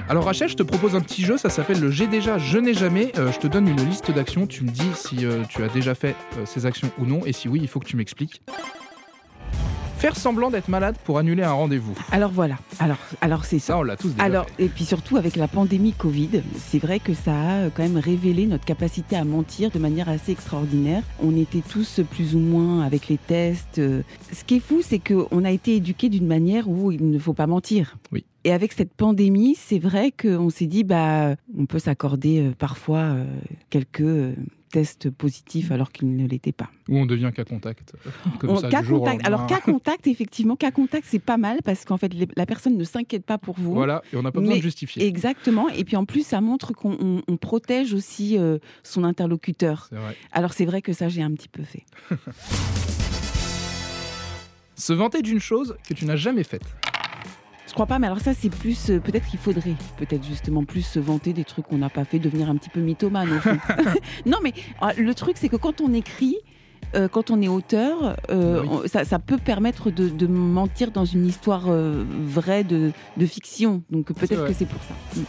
Alors Rachel, je te propose un petit jeu, ça s'appelle le J'ai déjà, je n'ai jamais. Je te donne une liste d'actions, tu me dis si tu as déjà fait ces actions ou non, et si oui, il faut que tu m'expliques. Faire semblant d'être malade pour annuler un rendez-vous. Alors voilà, alors c'est ça. Ça, on l'a tous déjà fait. Et puis surtout avec la pandémie Covid, c'est vrai que ça a quand même révélé notre capacité à mentir de manière assez extraordinaire. On était tous plus ou moins avec les tests. Ce qui est fou, c'est qu'on a été éduqués d'une manière où il ne faut pas mentir. Oui. Et avec cette pandémie, c'est vrai qu'on s'est dit, on peut s'accorder parfois quelques tests positifs alors qu'ils ne l'étaient pas. Ou on devient cas contact. Alors cas contact, effectivement, cas contact, c'est pas mal parce qu'en fait, la personne ne s'inquiète pas pour vous. Voilà, et on n'a pas besoin de justifier. Exactement, et puis en plus, ça montre qu'on protège aussi son interlocuteur. C'est vrai. Alors c'est vrai que ça, j'ai un petit peu fait. Se vanter d'une chose que tu n'as jamais faite. Je crois pas, mais alors ça, c'est plus... peut-être qu'il faudrait justement plus se vanter des trucs qu'on n'a pas fait, devenir un petit peu mythomane au fond. Non, mais le truc, c'est que quand on écrit, quand on est auteur, Oui. ça peut permettre de mentir dans une histoire vraie de fiction. Donc peut-être que c'est pour ça.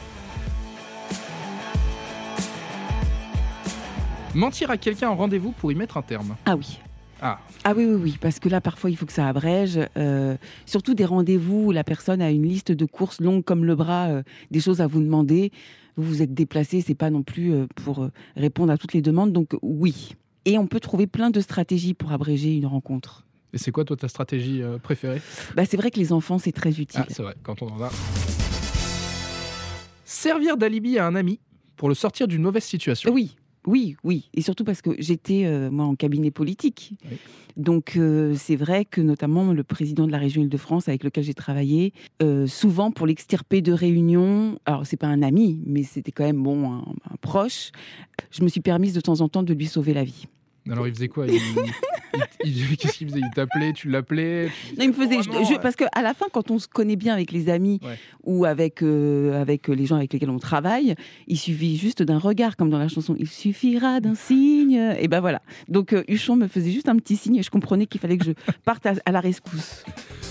Mentir à quelqu'un en rendez-vous pour y mettre un terme. Ah oui. Ah oui, parce que là, parfois, il faut que ça abrège. Surtout des rendez-vous où la personne a une liste de courses longue comme le bras, des choses à vous demander. Vous vous êtes déplacé, c'est pas non plus pour répondre à toutes les demandes. Donc oui. Et on peut trouver plein de stratégies pour abréger une rencontre. Et c'est quoi, toi, ta stratégie préférée ? C'est vrai que les enfants, c'est très utile. Ah, c'est vrai, quand on en a. Servir d'alibi à un ami pour le sortir d'une mauvaise situation. Oui. Et surtout parce que j'étais, moi, en cabinet politique. Oui. Donc, c'est vrai que notamment le président de la région Île-de-France, avec lequel j'ai travaillé, souvent pour l'extirper de réunions, alors c'est pas un ami, mais c'était quand même un proche, je me suis permise de temps en temps de lui sauver la vie. Alors il faisait quoi ? Qu'est-ce qu'il faisait ? Il t'appelait, tu l'appelais Non, il me faisait parce qu'à la fin, quand on se connaît bien avec les amis ou avec les gens avec lesquels on travaille, il suffit juste d'un regard, comme dans la chanson. Il suffira d'un signe. Et ben voilà. Donc Huchon me faisait juste un petit signe et je comprenais qu'il fallait que je parte à la rescousse.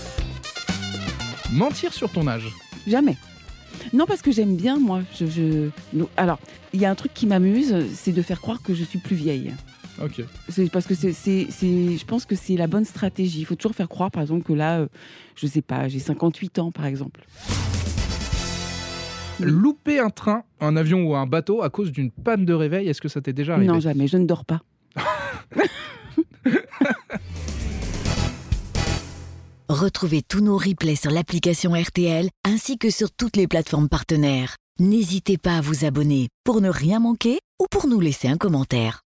Mentir sur ton âge. Jamais. Non, parce que j'aime bien, moi. Alors, il y a un truc qui m'amuse, c'est de faire croire que je suis plus vieille. Ok. C'est parce que je pense que c'est la bonne stratégie. Il faut toujours faire croire, par exemple, que là, je sais pas, j'ai 58 ans, par exemple. Louper un train, un avion ou un bateau à cause d'une panne de réveil, est-ce que ça t'est déjà arrivé ? Non, jamais. Je ne dors pas. Retrouvez tous nos replays sur l'application RTL ainsi que sur toutes les plateformes partenaires. N'hésitez pas à vous abonner pour ne rien manquer ou pour nous laisser un commentaire.